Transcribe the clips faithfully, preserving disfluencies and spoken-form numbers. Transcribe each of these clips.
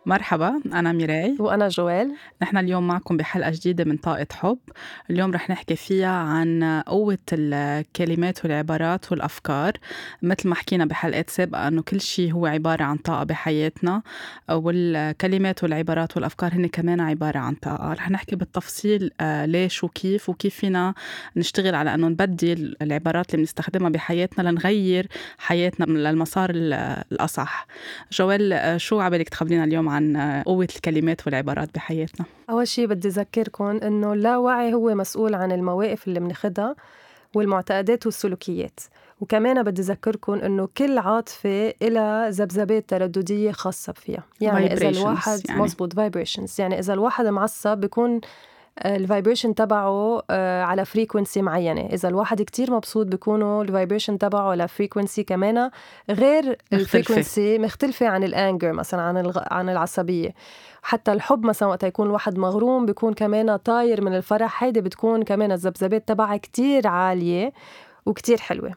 مرحبا، أنا ميراي وأنا جوال. نحن اليوم معكم بحلقة جديدة من طاقة حب. اليوم رح نحكي فيها عن قوة الكلمات والعبارات والأفكار. مثل ما حكينا بحلقات سابقة أنه كل شيء هو عبارة عن طاقة بحياتنا، والكلمات والعبارات والأفكار هن كمان عبارة عن طاقة. رح نحكي بالتفصيل ليش وكيف وكيف فينا نشتغل على أنه نبدل العبارات اللي بنستخدمها بحياتنا لنغير حياتنا للمسار الأصح. جوال، شو عبالك تخبرينا اليوم عن قوة الكلمات والعبارات بحياتنا؟ أول شيء بدي أذكركم إنه اللاوعي هو مسؤول عن المواقف اللي بناخدها والمعتقدات والسلوكيات. وكمان بدي أذكركم إنه كل عاطفة إلها ذبذبات ترددية خاصة فيها. يعني إذا الواحد يعني. مزبوط vibrations، يعني إذا الواحد معصب بيكون الفايبريشن تبعه على فريكونسي معينة. إذا الواحد كتير مبسوط بيكونوا الفايبريشن تبعه على فريكونسي كمان غير الفريكونسي مختلفة عن الانجر مثلا، عن الغ... عن العصبية. حتى الحب مثلا وقت يكون واحد مغروم بيكون كمان طاير من الفرح، هيدي بتكون كمان الذبذبات تبعها كتير عالية وكتير حلوة.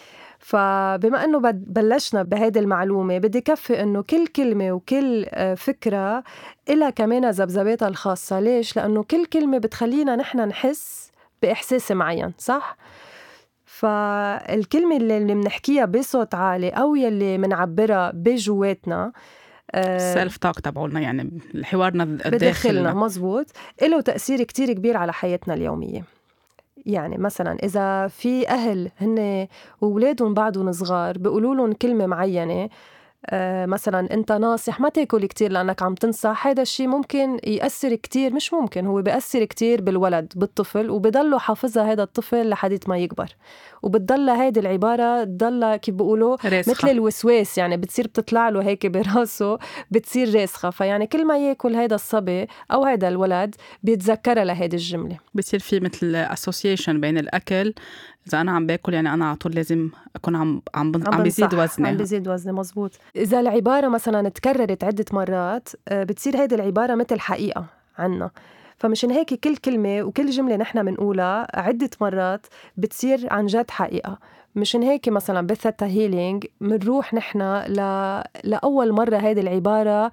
فبما أنه بلشنا بهذه المعلومة، بدي كفي أنه كل كلمة وكل فكرة إلها كمان ذبذباتها الخاصة. ليش؟ لأنه كل كلمة بتخلينا نحن نحس بإحساس معين، صح؟ فالكلمة اللي منحكيها بصوت عالي أو يلي منعبرها بجواتنا، السيلف توك تبعولنا، يعني حوارنا بداخلنا، مزبوط، إله تأثير كتير كبير على حياتنا اليومية. يعني مثلا إذا في أهل هن وولادهم بعدهم صغار بيقولوا لهم كلمة معينة، آه مثلا أنت ناصح ما تاكل كتير لأنك عم تنصح، هذا الشيء ممكن يأثر كتير، مش ممكن، هو بيأثر كتير بالولد بالطفل، وبضله حافظها هذا الطفل لحديث ما يكبر. وبتضل هيدي العبارة تضل كيف بيقولوا مثل الوسواس، يعني بتصير بتطلع له هيك براسه، بتصير راسخة. فيعني كل ما ياكل هيدا الصبي أو هيدا الولد بيتذكرها لهيدي الجملة. بتصير في مثل association بين الأكل. إذا أنا عم باكل يعني أنا على طول لازم أكون عم عم, عم, عم بيزيد وزني عم بيزيد وزني مزبوط. إذا العبارة مثلا تكررت عدة مرات بتصير هيدي العبارة مثل حقيقة عنا. فمشان هيك كل كلمة وكل جملة نحن منقولها عدة مرات بتصير عن جد حقيقة. مشان هيك مثلا بالثيتا هيلينج منروح نحن ل... لأول مرة هيدي العبارة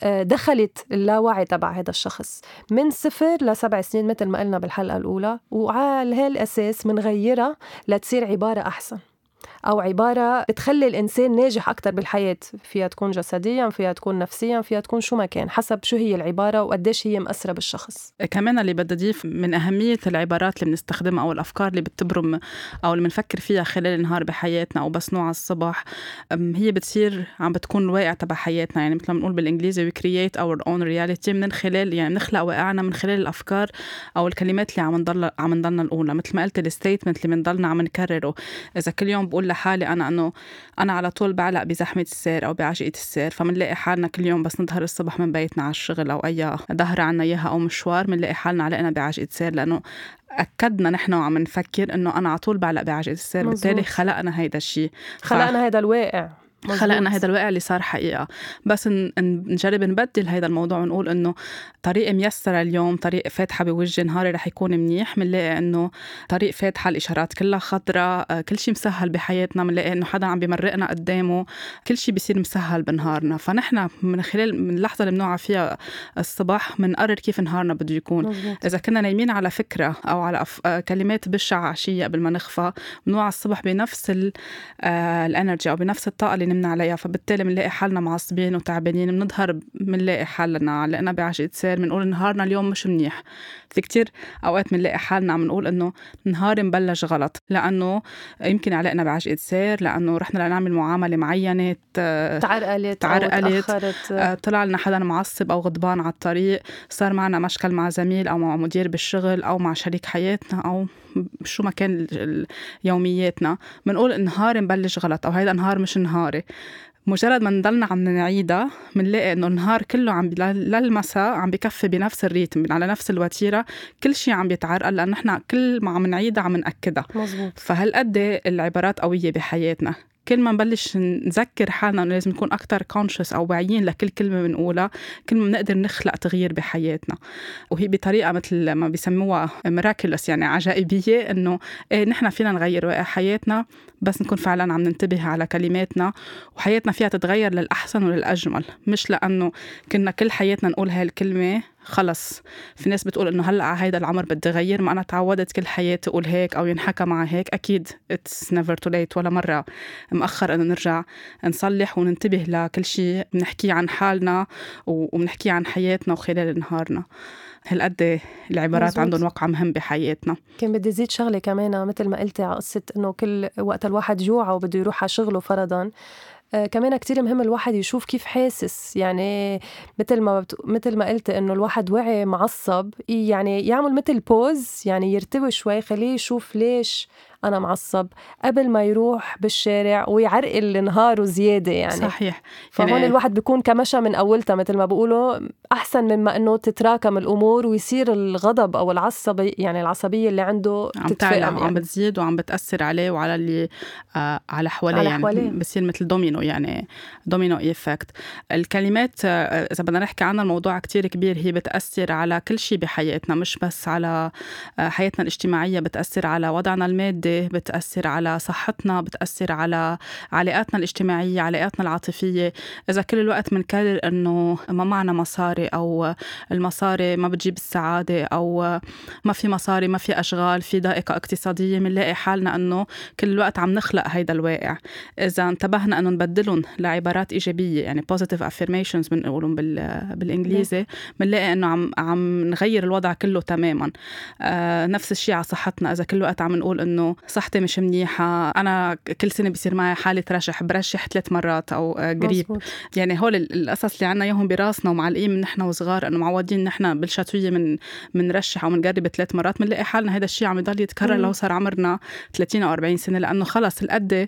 دخلت اللاوعي تبع هذا الشخص من صفر لسبع سنين مثل ما قلنا بالحلقة الأولى، وعلى هالأساس منغيرها لتصير عبارة أحسن، أو عبارة بتخلي الإنسان ناجح أكتر بالحياة. فيها تكون جسديا، فيها تكون نفسيا، فيها تكون شو ما كان، حسب شو هي العبارة وقديش هي مأثرة بالشخص. كمان اللي بدي أضيف من أهمية العبارات اللي بنستخدمها أو الأفكار اللي بتبرم أو اللي بنفكر فيها خلال النهار بحياتنا أو بس نوع الصباح، هي بتصير عم بتكون الواقع تبع حياتنا. يعني مثل ما بنقول بالإنجليزي we create our own reality، من خلال يعني بنخلق واقعنا من خلال الأفكار أو الكلمات اللي عم نضل عم نضلنا نقولها. مثل ما قلت الستيتمنت اللي بنضلنا عم نكرره. إذا كل يوم بقول حالي أنا أنه أنا على طول بعلق بزحمة السير أو بعجقة السير، فمنلاقي حالنا كل يوم بس نظهر الصبح من بيتنا على الشغل أو أي ظهر عنا إياها أو مشوار منلاقي حالنا علقنا بعجقة السير، لأنه أكدنا نحن وعم نفكر أنه أنا على طول بعلق بعجقة السير. بالتالي خلقنا هيدا الشيء، خلقنا هيدا الواقع، مزبوط. خلقنا هذا الواقع اللي صار حقيقة. بس نجرب نبدل هذا الموضوع ونقول إنه طريق ميسرة اليوم، طريق فاتحة بوجه نهاري رح يكون منيح. منلاقي إنه طريق فاتحة الإشارات كلها خضراء، كل شيء مسهل بحياتنا. منلاقي إنه حدا عم بيمرقنا قدامه، كل شيء بيصير مسهل بنهارنا. فنحن من خلال من اللحظة اللي بنوعى فيها الصباح منقرر كيف نهارنا بده يكون. مزبوط. إذا كنا نايمين على فكرة أو على أف... كلمات بشعة عشية قبل ما نخفى، بنوعى الصبح بنفس ال... آه... الانرجي أو بنفس الطاقة اللي نمنا عليها. فبالتالي منلاقي حالنا معصبين وتعبانين، بنظهر منلاقي حالنا علقنا بعجقة سير، منقول نهارنا اليوم مش منيح. في كتير أوقات منلاقي حالنا عم نقول إنه نهاري مبلش غلط، لأنه يمكن علقنا بعجقة سير، لأنه رحنا لنعمل معاملة معينة تعرقلت تعرقلت طلع لنا حدا معصب أو غضبان على الطريق، صار معنا مشكل مع زميل أو مع مدير بالشغل أو مع شريك حياتنا أو شو ما كان يومياتنا. منقول نهاري مبلش غلط أو هيدا نهار مش نهاري. مجرد ما نضلنا عم نعيدها منلاقي انه النهار كله عم للمساء عم بكفي بنفس الريتم على نفس الوتيره، كل شيء عم بيتعرقل لان نحن كل ما عم نعيدها عم ناكدها. مزبوط. فهالقد العبارات قويه بحياتنا. وكل ما نبلش نذكر حالنا إنه لازم نكون أكتر conscious أو واعيين لكل كلمة بنقولها، كل ما بنقدر نخلق تغيير بحياتنا. وهي بطريقة مثل ما بيسموها miraculous، يعني عجائبية، إنه إيه نحن فينا نغير واقع حياتنا بس نكون فعلا عم ننتبه على كلماتنا، وحياتنا فيها تتغير للأحسن وللأجمل، مش لأنه كنا كل حياتنا نقول هاي الكلمة خلص. في ناس بتقول إنه هلأ على هيدا العمر بدي غير، ما أنا تعودت كل حياتي أقول هيك أو ينحكى مع هيك. أكيد it's never too late، ولا مرة مأخر إنه نرجع نصلح وننتبه لكل شيء بنحكيه عن حالنا وبنحكيه عن حياتنا وخلال نهارنا. هالقد العبارات مزبوط. عندهم وقع مهم بحياتنا. كان بدي زيد شغلة كمان مثل ما قلتي على قصة إنه كل وقت الواحد جوع وبده يروح على شغله فرضاً، آه كمان كتير مهم الواحد يشوف كيف حاسس. يعني مثل ما بت... مثل ما قلت إنه الواحد وعي معصب، يعني يعمل مثل بوز، يعني يرتوي شوي، خليه يشوف ليش أنا معصب قبل ما يروح بالشارع ويعرقل نهاره زيادة. يعني صحيح. فهون يعني الواحد بيكون كمشى من أولتها مثل ما بيقولوا، أحسن مما أنه تتراكم الأمور ويصير الغضب أو العصبية، يعني العصبية اللي عنده عم تتفاقم، يعني. يعني عم بتزيد وعم بتأثر عليه وعلى اللي آه على حواليه، على يعني حواليه. بصير مثل دومينو، يعني دومينو إيفكت. الكلمات آه إذا بدنا نحكي عنها الموضوع كتير كبير، هي بتأثر على كل شيء بحياتنا، مش بس على آه حياتنا الاجتماعية، بتأثر على وضعنا المادي، بتأثر على صحتنا، بتأثر على علاقاتنا الاجتماعية، علاقاتنا العاطفية. إذا كل الوقت منكرر إنه ما معنا مصاري، أو المصاري ما بتجيب السعادة، أو ما في مصاري، ما في أشغال، في ضائقة اقتصادية، منلاقي حالنا إنه كل الوقت عم نخلق هيدا الواقع. إذا انتبهنا إنه نبدلهم لعبارات إيجابية، يعني positive affirmations بنقولهم بالإنجليزي، منلاقي إنه عم عم نغير الوضع كله تماماً. آه نفس الشيء على صحتنا. إذا كل الوقت عم نقول إنه صحتي مش منيحة، أنا كل سنة بيصير معي حالة رشح، برشح ثلاث مرات أو قريب، يعني هول القصص اللي عنا يوهم براسنا ومعلقين من نحن وصغار، إنه معودين نحن بالشتوية من منرشح أو منقرب ثلاث مرات، منلاقي حالنا هذا الشيء عم يضل يتكرر لو صار عمرنا ثلاثين أو أربعين سنة، لأنه خلص القد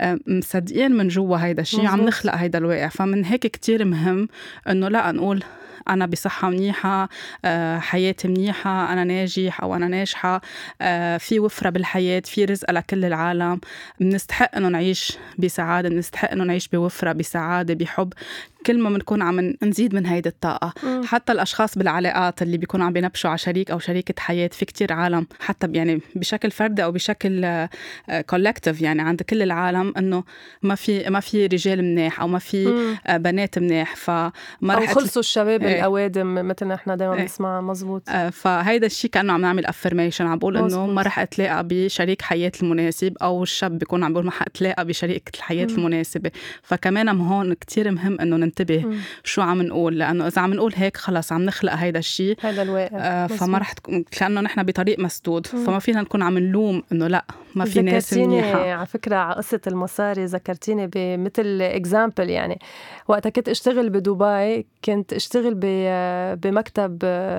مصدقين من جوا هذا الشيء، عم نخلق هذا الواقع. فمن هيك كتير مهم إنه لا نقول أنا بصحة منيحة، حياتي منيحة، أنا ناجح أو أنا ناجحة، في وفرة بالحياة، في رزق لكل العالم، بنستحق إنه نعيش بسعادة، بنستحق إنه نعيش بوفرة، بسعادة، بحب. كل ما بنكون عم نزيد من هيدا الطاقة. م. حتى الأشخاص بالعلاقات اللي بيكونوا عم بينبشوا على شريك أو شريكة حياة، في كتير عالم حتى يعني بشكل فردي أو بشكل كولكتيف، يعني عند كل العالم، إنه ما في ما في رجال منيح أو ما في م. بنات منيح، فما رح أو خلصوا الشباب ايه. الأوادم مثل احنا دايما ايه. بنسمع. مزبوط. فهيدا الشيء كأنه عم نعمل affirmation، عم بقول إنه ما رح أتلاقى بشريك حياة المناسب، أو الشاب بيكون عم بقول ما حأتلاقى بشريك الحياة م. المناسبة. فكمان هون كتير مهم إنه ننتبه م. شو عم نقول، لأنه إذا عم نقول هيك خلص عم نخلق هيدا الشيء، هذا الواقع. آه فما رح تكون، لأنه نحن بطريق مسدود، م. فما فينا نكون عم نلوم إنه لا ما في ناس منيحة. على فكرة على قصة المصاري ذكرتيني بمثل إكزامبل. يعني وقتها كنت أشتغل بدبي، كنت أشتغل بمكتب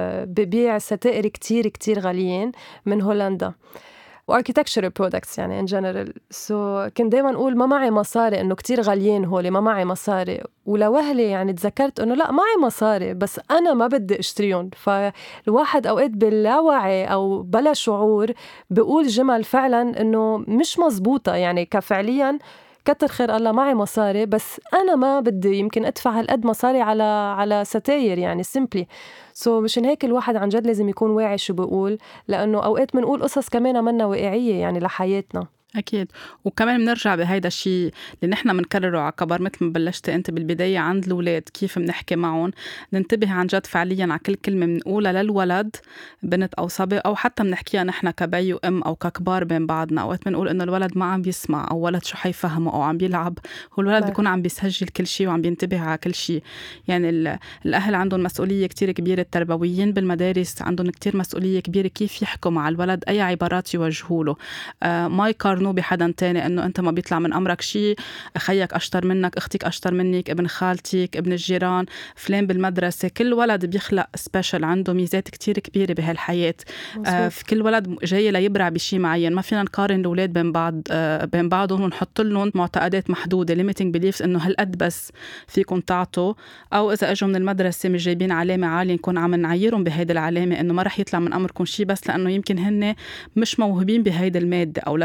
ببيع ستائر كتير كتير غاليين من هولندا، واركيتكتشر برودكتس يعني ان جنرال. سو كنت دايما اقول ما معي مصاري، انه كتير غاليين هولي، ما معي مصاري. ولوهلي يعني تذكرت انه لا معي مصاري بس انا ما بدي اشتريهم. فالواحد اوقات باللاوعي او بلا شعور بقول جمل فعلا انه مش مزبوطة، يعني كفعليا كتر خير الله معي مصاري بس أنا ما بدي يمكن أدفع هالقد مصاري على على ستاير، يعني simply. سو so مشان هيك الواحد عن جد لازم يكون واعي شو بقول، لأنه أوقات منقول قصص كمان منا واقعية يعني لحياتنا. أكيد. وكمان بنرجع بهيدا الشيء اللي نحن منكرره على كبر، مثل ما بلشت أنت بالبداية عند الأولاد، كيف بنحكي معهم، ننتبه عن جد فعليا على كل كلمة بنقولها للولد، بنت أو صبي، أو حتى بنحكيها نحن كبي وأم أو ككبار بين بعضنا. أوقات بنقول إنه الولد ما عم بيسمع، أو ولد شو حيفهمه، أو عم بيلعب، هو الولد بيكون عم بيسجل كل شيء وعم بينتبه على كل شيء. يعني الأهل عندهم مسؤولية كتير كبيرة، التربويين بالمدارس عندهم كتير مسؤولية كبيرة كيف يحكوا مع الولد، أي عبارات يوجهوا له. آه ما يقارنوا بحدا تاني، انه انت ما بيطلع من امرك شيء، خيك اشطر منك، اختك اشطر منك، ابن خالتك، ابن الجيران، فلان بالمدرسه. كل ولد بيخلق سبيشال، عنده ميزات كتير كبيره بهالحياه. آه في كل ولد جاي ليبرع بشيء معين، ما فينا نقارن الاولاد بين بعض آه بين بعضهم ونحط لهم معتقدات محدوده، limiting beliefs، انه هالقد بس فيكم تعطوا، او اذا اجوا من المدرسه مش جايبين علامه عاليه نكون عم نعيرهم بهيدي العلامه، انه ما رح يطلع من امركم شيء، بس لانه يمكن هن مش موهوبين بهيدي الماده او لسبب معين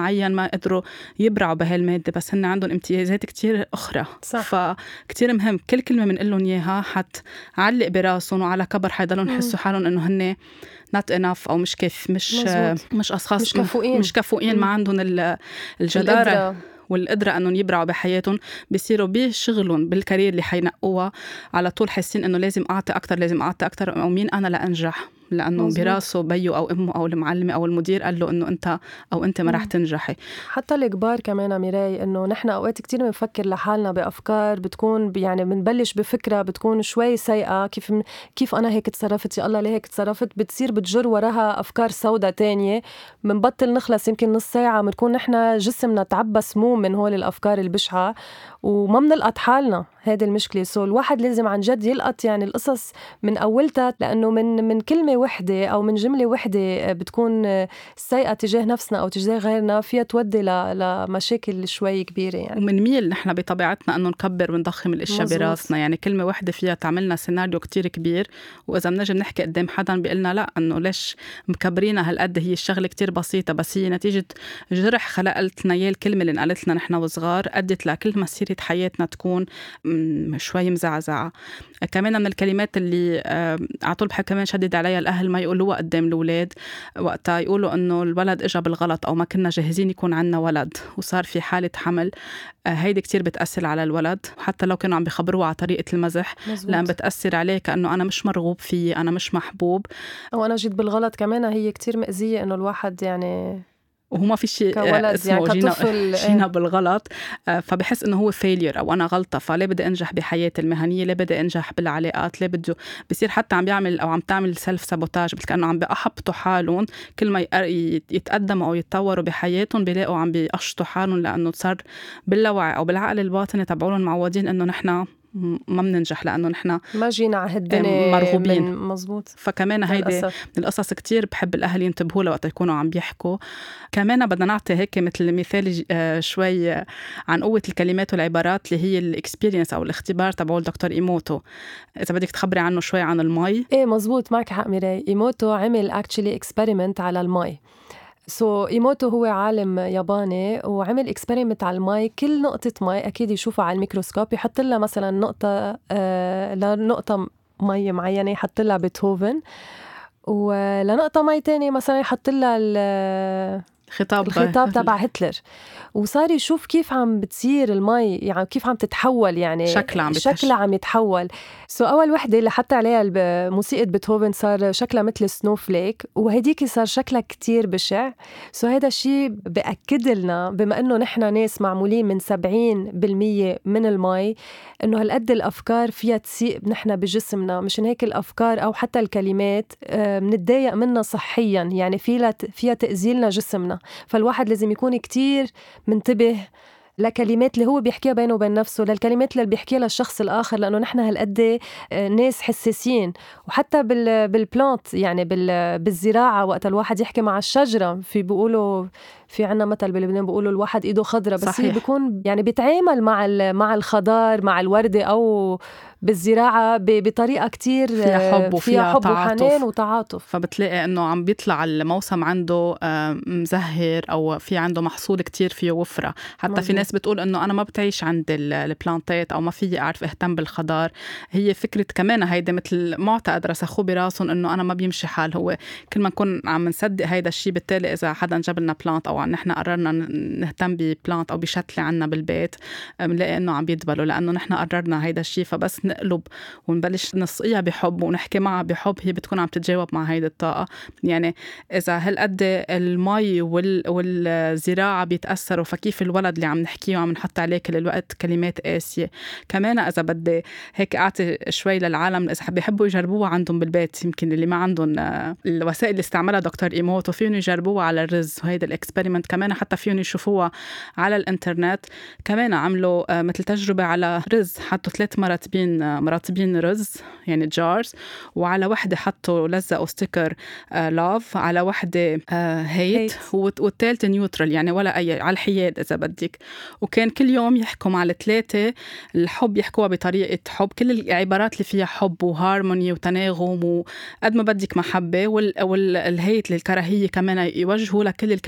معين ما قدروا يبرعوا بهالمادة، بس هن عندهم امتيازات كتير أخرى. صح. فكتير مهم كل كلمة من قلن إياها حتعلق براسهم، وعلى كبر حيضلون يحسوا حالهم إنه هن not enough أو مش كيف مش مزبوط. مش أشخاص مش كفؤين, مش كفؤين ما عندهم الجدارة القدرة. والقدرة أنهم يبرعوا بحياتهم، بيصيروا بشغلهم بالكارير اللي حينقوها على طول حاسين أنه لازم أعطي أكتر لازم أعطي أكتر، أو مين أنا لأنجح، لأنه مزبوط. براسه بيو أو أمه أو المعلمة أو المدير قال له أنه أنت أو أنت ما رح تنجحي. حتى الكبار كمان ميراي، أنه نحن أوقات كتير بنفكر لحالنا بأفكار بتكون يعني بنبلش بفكرة بتكون شوي سيئة، كيف كيف أنا هيك تصرفت، يا الله ليه هيك تصرفت، بتصير بتجر وراها أفكار سودة تانية، منبطل نخلص يمكن نص ساعة بنكون نحن جسمنا تعبى سموم من هول الأفكار البشعة وما منلقط حالنا. هذه المشكلة. سو الواحد لازم عن جد يلقط يعني القصص من أولتها، لأنه من من كلمة وحدة أو من جملة وحدة بتكون سيئة تجاه نفسنا أو تجاه غيرنا فيها تودي لمشاكل شوي كبيرة يعني. ومن ميل نحن بطبيعتنا أنه نكبر ونضخم الأشياء براسنا، يعني كلمة واحدة فيها تعملنا سيناريو كتير كبير، وإذا بنجي نحكي قدام حدا بيقلنا لا أنه ليش مكبرينا هالقد، هي الشغلة كتير بسيطة، بس هي نتيجة جرح خلقت لنا الكلمة اللي نقلت لنا نحن وصغار أدت لكل مسيرة حياتنا تكون شوي مزعزعة. كمان من الكلمات اللي عطول بحب كمان شدد عليها الأهل ما يقولوها قدام الأولاد، وقتها يقولوا أنه الولد إجا بالغلط أو ما كنا جاهزين يكون عنا ولد وصار في حالة حمل، هيدي كتير بتأثر على الولد، حتى لو كانوا عم بيخبروه على طريقة المزح. مزبوط. لأن بتأثر عليه كأنه أنا مش مرغوب فيه، أنا مش محبوب، أو أنا جيت بالغلط. كمان هي كتير مأزية أنه الواحد يعني وهو ما في شيء اسمه يعني جينا, جينا بالغلط، فبحس انه هو فيلير او انا غلطه، فليه بدي انجح بحياتي المهنيه، ليه بدي انجح بالعلاقات، ليه بده بصير حتى عم بيعمل او عم تعمل سيلف سابوتاج، كانه عم بيحبطوا حالهم كل ما يتقدموا او يتطوروا بحياتهم بيلاقوا عم بيقشطوا حالهم، لانه صار باللاوعي او بالعقل الباطني تبعولهم معودين انه نحن ما بننجح لأنه نحن ما جينا على هالدنيا مرغوبين. مزبوط. فكمان هيدي من القصص كتير بحب الأهل ينتبهوا لها وقت يكونوا عم بيحكوا. كمان بدنا نعطي هيك مثل مثال شوي عن قوة الكلمات والعبارات اللي هي الإكسبيرينس أو الاختبار تبعول دكتور إيموتو. إذا بدك تخبري عنه شوي عن المي. إيه مزبوط، معك حق ميراي. إيموتو عمل actually experiment على المي. سو so, إيموتو هو عالم ياباني وعمل إكسبيريمنت على المي. كل نقطة مي أكيد يشوفها على الميكروسكوب، يحط لها مثلا نقطة آه لنقطة مي معينة يحط لها بيتهوفن، ولنقطة مي تانية مثلا يحط لها خطاب الخطاب تبع هتلر، وصار يشوف كيف عم بتصير المي، يعني كيف عم تتحول، يعني شكلها عم, شكلها عم يتحول. سو أول وحدة اللي حتى عليها موسيقى بيتهوفن صار شكلها مثل سنوفليك، وهديك صار شكلها كتير بشع. سو هذا الشيء بأكد لنا بما أنه نحن ناس معمولين من سبعين بالمية من المي، أنه هالقد الأفكار فيها تسيء نحن بجسمنا. مشان هيك الأفكار أو حتى الكلمات بنتضايق منها صحيا، يعني فيها تأذيلنا جسمنا. فالواحد لازم يكون كتير منتبه لكلمات اللي هو بيحكيها بينه وبين نفسه، للكلمات اللي بيحكيها للشخص الآخر، لأنه نحن هالقد ناس حساسين. وحتى بالبلانت يعني بالزراعة وقت الواحد يحكي مع الشجرة، في بيقولوا في عنا مثل بلبنان بيقولوا الواحد إيده خضرة، بس هي بيكون يعني بيتعامل مع مع الخضار مع الوردة أو بالزراعة بطريقة كتير فيها حب وفيها حب وحنان وتعاطف. فبتلاقي إنه عم بيطلع الموسم عنده مزهر أو في عنده محصول كتير فيه وفرة. حتى مزبوط. في ناس بتقول إنه أنا ما بتعيش عند البلانتات أو ما في أعرف اهتم بالخضار. هي فكرة كمان هيدا مثل معتقد رسخوه براسهم إنه أنا ما بيمشي حال. هو كل ما نكون عم نصدق هيدا الشيء بالتالي إذا حدا جاب لنا بلانت أو نحن قررنا نهتم ببلانت أو بشتلة عنا بالبيت بنلاقي إنه عم بيدبلوا، لأنه نحن قررنا هيدا الشيء. فبس نقلب ونبلش نسقيها بحب ونحكي معها بحب، هي بتكون عم تتجاوب مع هيدا الطاقة. يعني إذا هالقد المي والزراعة بيتأثروا، فكيف الولد اللي عم نحكيه وعم نحط عليه كل الوقت كلمات قاسية. كمان إذا بدي هيك أعطي شوي للعالم إذا بيحبوا يجربوها عندهم بالبيت، يمكن اللي ما عندهم الوسائل اللي استعملها دكتور إيموتو فيهم يجربوها على الرز. وهيدا الإكسبيريمنت كمان حتى فيهم يشوفوها على الإنترنت. كمان عملوا مثل تجربة على رز، حطوا ثلاث مراتبين مراتبين رز يعني جارز، وعلى وحدة حطوا لزقوا ستيكر لاف، على وحدة هيت، والثالثة نيوترال يعني ولا أي على الحياد إذا بدك. وكان كل يوم يحكوا مع الثلاثة الحب، يحكوها بطريقة حب، كل العبارات اللي فيها حب وهارموني وتناغم وقد ما بدك محبة. والهيت للكراهية كمان يوجهوا لكل الكلمات اللي فيها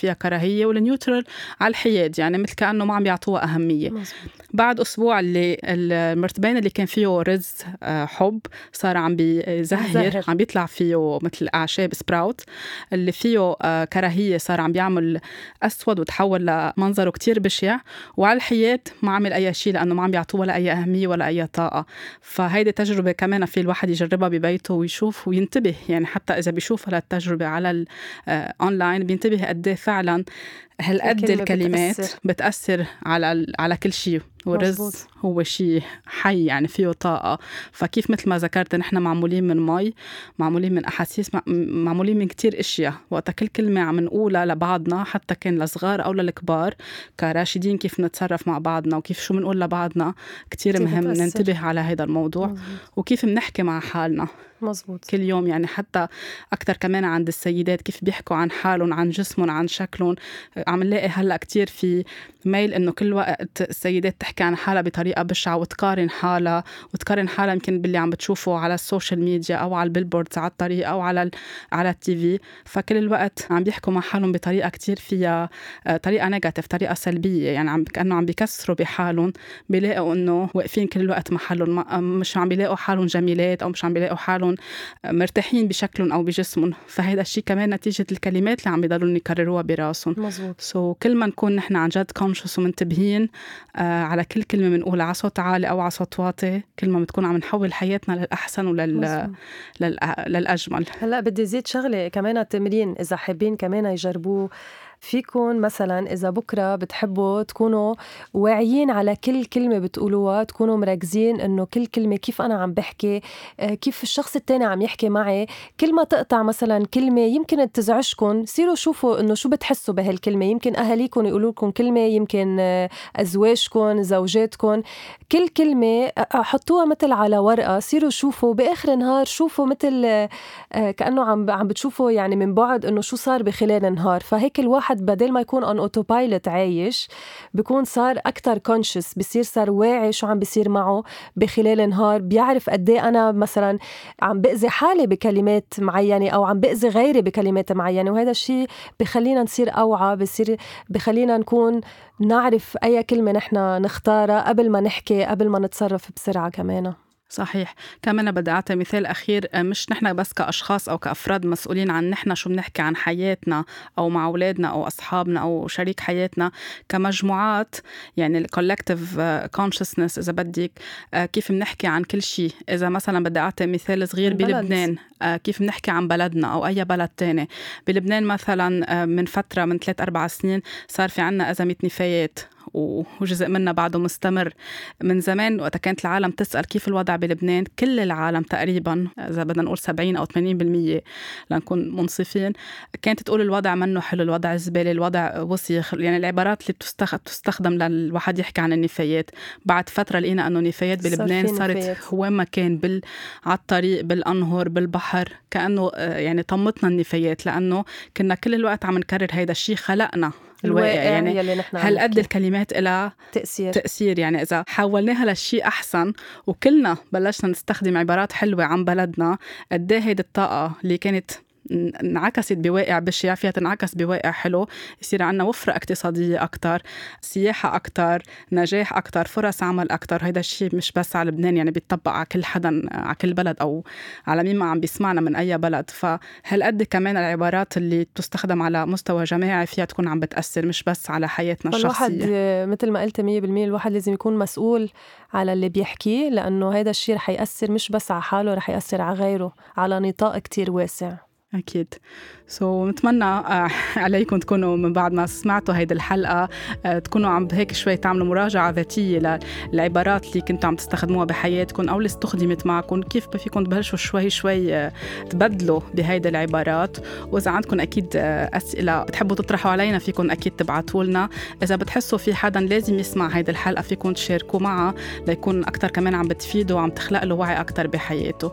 فيها كراهية، والنيوترال على الحياد، يعني مثل كأنه ما عم يعطوها أهمية. مزبوط. بعد أسبوع اللي المرتبين اللي كان فيه رز حب صار عم بيزهر، عم بيطلع فيه مثل أعشاب سبراوت. اللي فيه كراهية صار عم بيعمل أسود وتحول لمنظره كتير بشع، وعلى الحياد ما عمل أي شيء لأنه ما عم بيعطوه ولا أي أهمية ولا أي طاقة. فهيدي تجربة كمان في الواحد يجربها ببيته ويشوف وينتبه، يعني حتى إذا بيشوف هالتجربة على الأونلاين بينتبه قد إيه فعلا هالقد الكلمات بتأثر, بتأثر على على كل شيء. والرز هو شيء حي، يعني فيه طاقة. فكيف مثل ما ذكرت نحن معمولين من مي، معمولين من أحاسيس، معمولين من كتير إشياء. وقت كل كلمة عم نقولها لبعضنا حتى كان لصغار أو للكبار كراشدين كيف نتصرف مع بعضنا وكيف شو منقول لبعضنا كتير مهم بتأثر. ننتبه على هذا الموضوع. مزبوط. وكيف منحكي مع حالنا مزبوط. كل يوم، يعني حتى أكتر كمان عند السيدات كيف بيحكوا عن حالهم، عن جسمهم، عن شكلهم. عم نلاقي هلأ كتير في ميل إنه كل وقت السيدات تحكي عن حالها بطريقة بشعة وتقارن حالها وتقارن حالها يمكن باللي عم بتشوفه على السوشيال ميديا أو على البيلبوردز على الطريق أو على على التي في. فكل الوقت عم بيحكوا مع حالهم بطريقة كتير فيها طريقة نيجاتيف، طريقة سلبية، يعني عم كأنه عم بيكسروا بحالهم. بيلاقوا إنه واقفين كل الوقت محلهم، مش عم بيلاقوا حالهم جميلات أو مش عم بيلاقوا حالهم مرتاحين بشكلهم أو بجسمهم. فهذا الشيء كمان نتيجة الكلمات اللي عم يضلون يكرروها براسهم. مزبوط. سو so, كل ما نكون نحن عن جد كونشس ومنتبهين آه على كل كلمة منقولها على صوت عالي أو على صوت واطي، كل ما بتكون عم نحول حياتنا للأحسن ولل لل... للأجمل. هلأ بدي زيد شغلة كمان، التمرين إذا حابين كمان يجربوه فيكن. مثلا إذا بكرة بتحبوا تكونوا واعيين على كل كلمة بتقولوها، تكونوا مركزين إنه كل كلمة كيف أنا عم بحكي، كيف الشخص التاني عم يحكي معي. كل ما تقطع مثلا كلمة يمكن تزعجكم، سيروا شوفوا إنه شو بتحسوا بهالكلمة. يمكن أهاليكم يقولوا لكم كلمة، يمكن أزواجكم، زوجاتكم. كل كلمة حطوها مثل على ورقة، سيروا شوفوا بآخر النهار، شوفوا مثل كأنه عم عم بتشوفوا يعني من بعد إنه شو صار بخلال النهار. فهيك الواحد بدل ما يكون on autopilot عايش، بيكون صار أكتر conscious، بيصير صار واعي شو عم بيصير معه بخلال النهار. بيعرف قد ايه أنا مثلا عم بأذي حالي بكلمات معينة أو عم بأذي غيري بكلمات معينة. وهذا الشيء بخلينا نصير أوعى، بيصير بخلينا نكون نعرف أي كلمة نحن نختارها قبل ما نحكي، قبل ما نتصرف بسرعة كمان. صحيح. كمان بدي أعطي مثال أخير، مش نحن بس كأشخاص أو كأفراد مسؤولين عن نحن شو بنحكي عن حياتنا أو مع أولادنا أو أصحابنا أو شريك حياتنا، كمجموعات يعني ال collective consciousness إذا بدك، كيف بنحكي عن كل شيء. إذا مثلا بدي أعطي مثال صغير بلبنان، كيف بنحكي عن بلدنا أو أي بلد تاني. بلبنان مثلا من فترة من ثلاث أربع سنين صار في عنا أزمة نفايات، وجزء منها بعده مستمر. من زمان وقت كانت العالم تسأل كيف الوضع بلبنان، كل العالم تقريبا إذا بدنا نقول سبعين أو ثمانين بالمية لنكون منصفين، كانت تقول الوضع منه حلو، الوضع زبالة، الوضع وسيخ. يعني العبارات اللي بتستخدم للواحد يحكي عن النفايات. بعد فترة لقينا أنه نفايات بلبنان صارت وين ما كان، بال على الطريق، بالأنهر، بالبحر. كأنه يعني طمتنا النفايات، لأنه كنا كل الوقت عم نكرر هيدا الشيء. خلقنا الواقع يعني هل قد الكلمات إلها تأثير. تأثير يعني إذا حولناها لشيء أحسن وكلنا بلشنا نستخدم عبارات حلوة عن بلدنا، قد ايه هيدي الطاقة اللي كانت انعكست بواقع بشع فيها تنعكس بواقع حلو. يصير عنا وفرة اقتصادية أكتر، سياحة أكتر، نجاح أكتر، فرص عمل أكتر. هيدا الشيء مش بس على لبنان، يعني بيتطبق على كل حدا، على كل بلد أو على مين ما عم بيسمعنا من أي بلد. فهالقد كمان العبارات اللي تستخدم على مستوى جماعي فيها تكون عم بتأثر، مش بس على حياتنا الشخصية. الواحد مثل ما قلت مية بالمية الواحد لازم يكون مسؤول على اللي بيحكيه، لأنه هيدا الشيء رح يأثر مش بس على حاله، رح يأثر على غيره على نطاق كتير واسع. أكيد. سو so, نتمنى عليكم تكونوا من بعد ما سمعتوا هيدي الحلقة تكونوا عم هيك شوي تعملوا مراجعة ذاتية للعبارات اللي كنتوا عم تستخدموها بحياتكم أو اللي استخدمت معكم، كيف فيكم تبلشوا شوي شوي تبدلوا بهيدي العبارات. وإذا عندكم أكيد أسئلة بتحبوا تطرحوا علينا فيكم أكيد تبعتوا لنا. إذا بتحسوا في حدا لازم يسمع هيدي الحلقة فيكم تشاركوا معه ليكون أكتر كمان عم بتفيده وعم تخلق له وعي أكتر بحياته.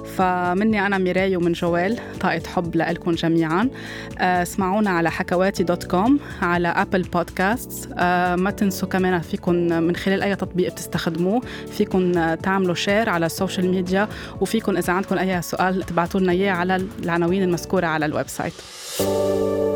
فمني أنا ميراي ومن جوال طاقة حب لكم جميعا. اسمعونا على حكواتي دوت كوم، على أبل بودكاست. ما تنسوا كمان فيكم من خلال أي تطبيق بتستخدموه فيكم تعملوا شير على السوشيال ميديا، وفيكم إذا عندكم أي سؤال تبعتوا لنا إياه على العناوين المذكورة على الويب سايت.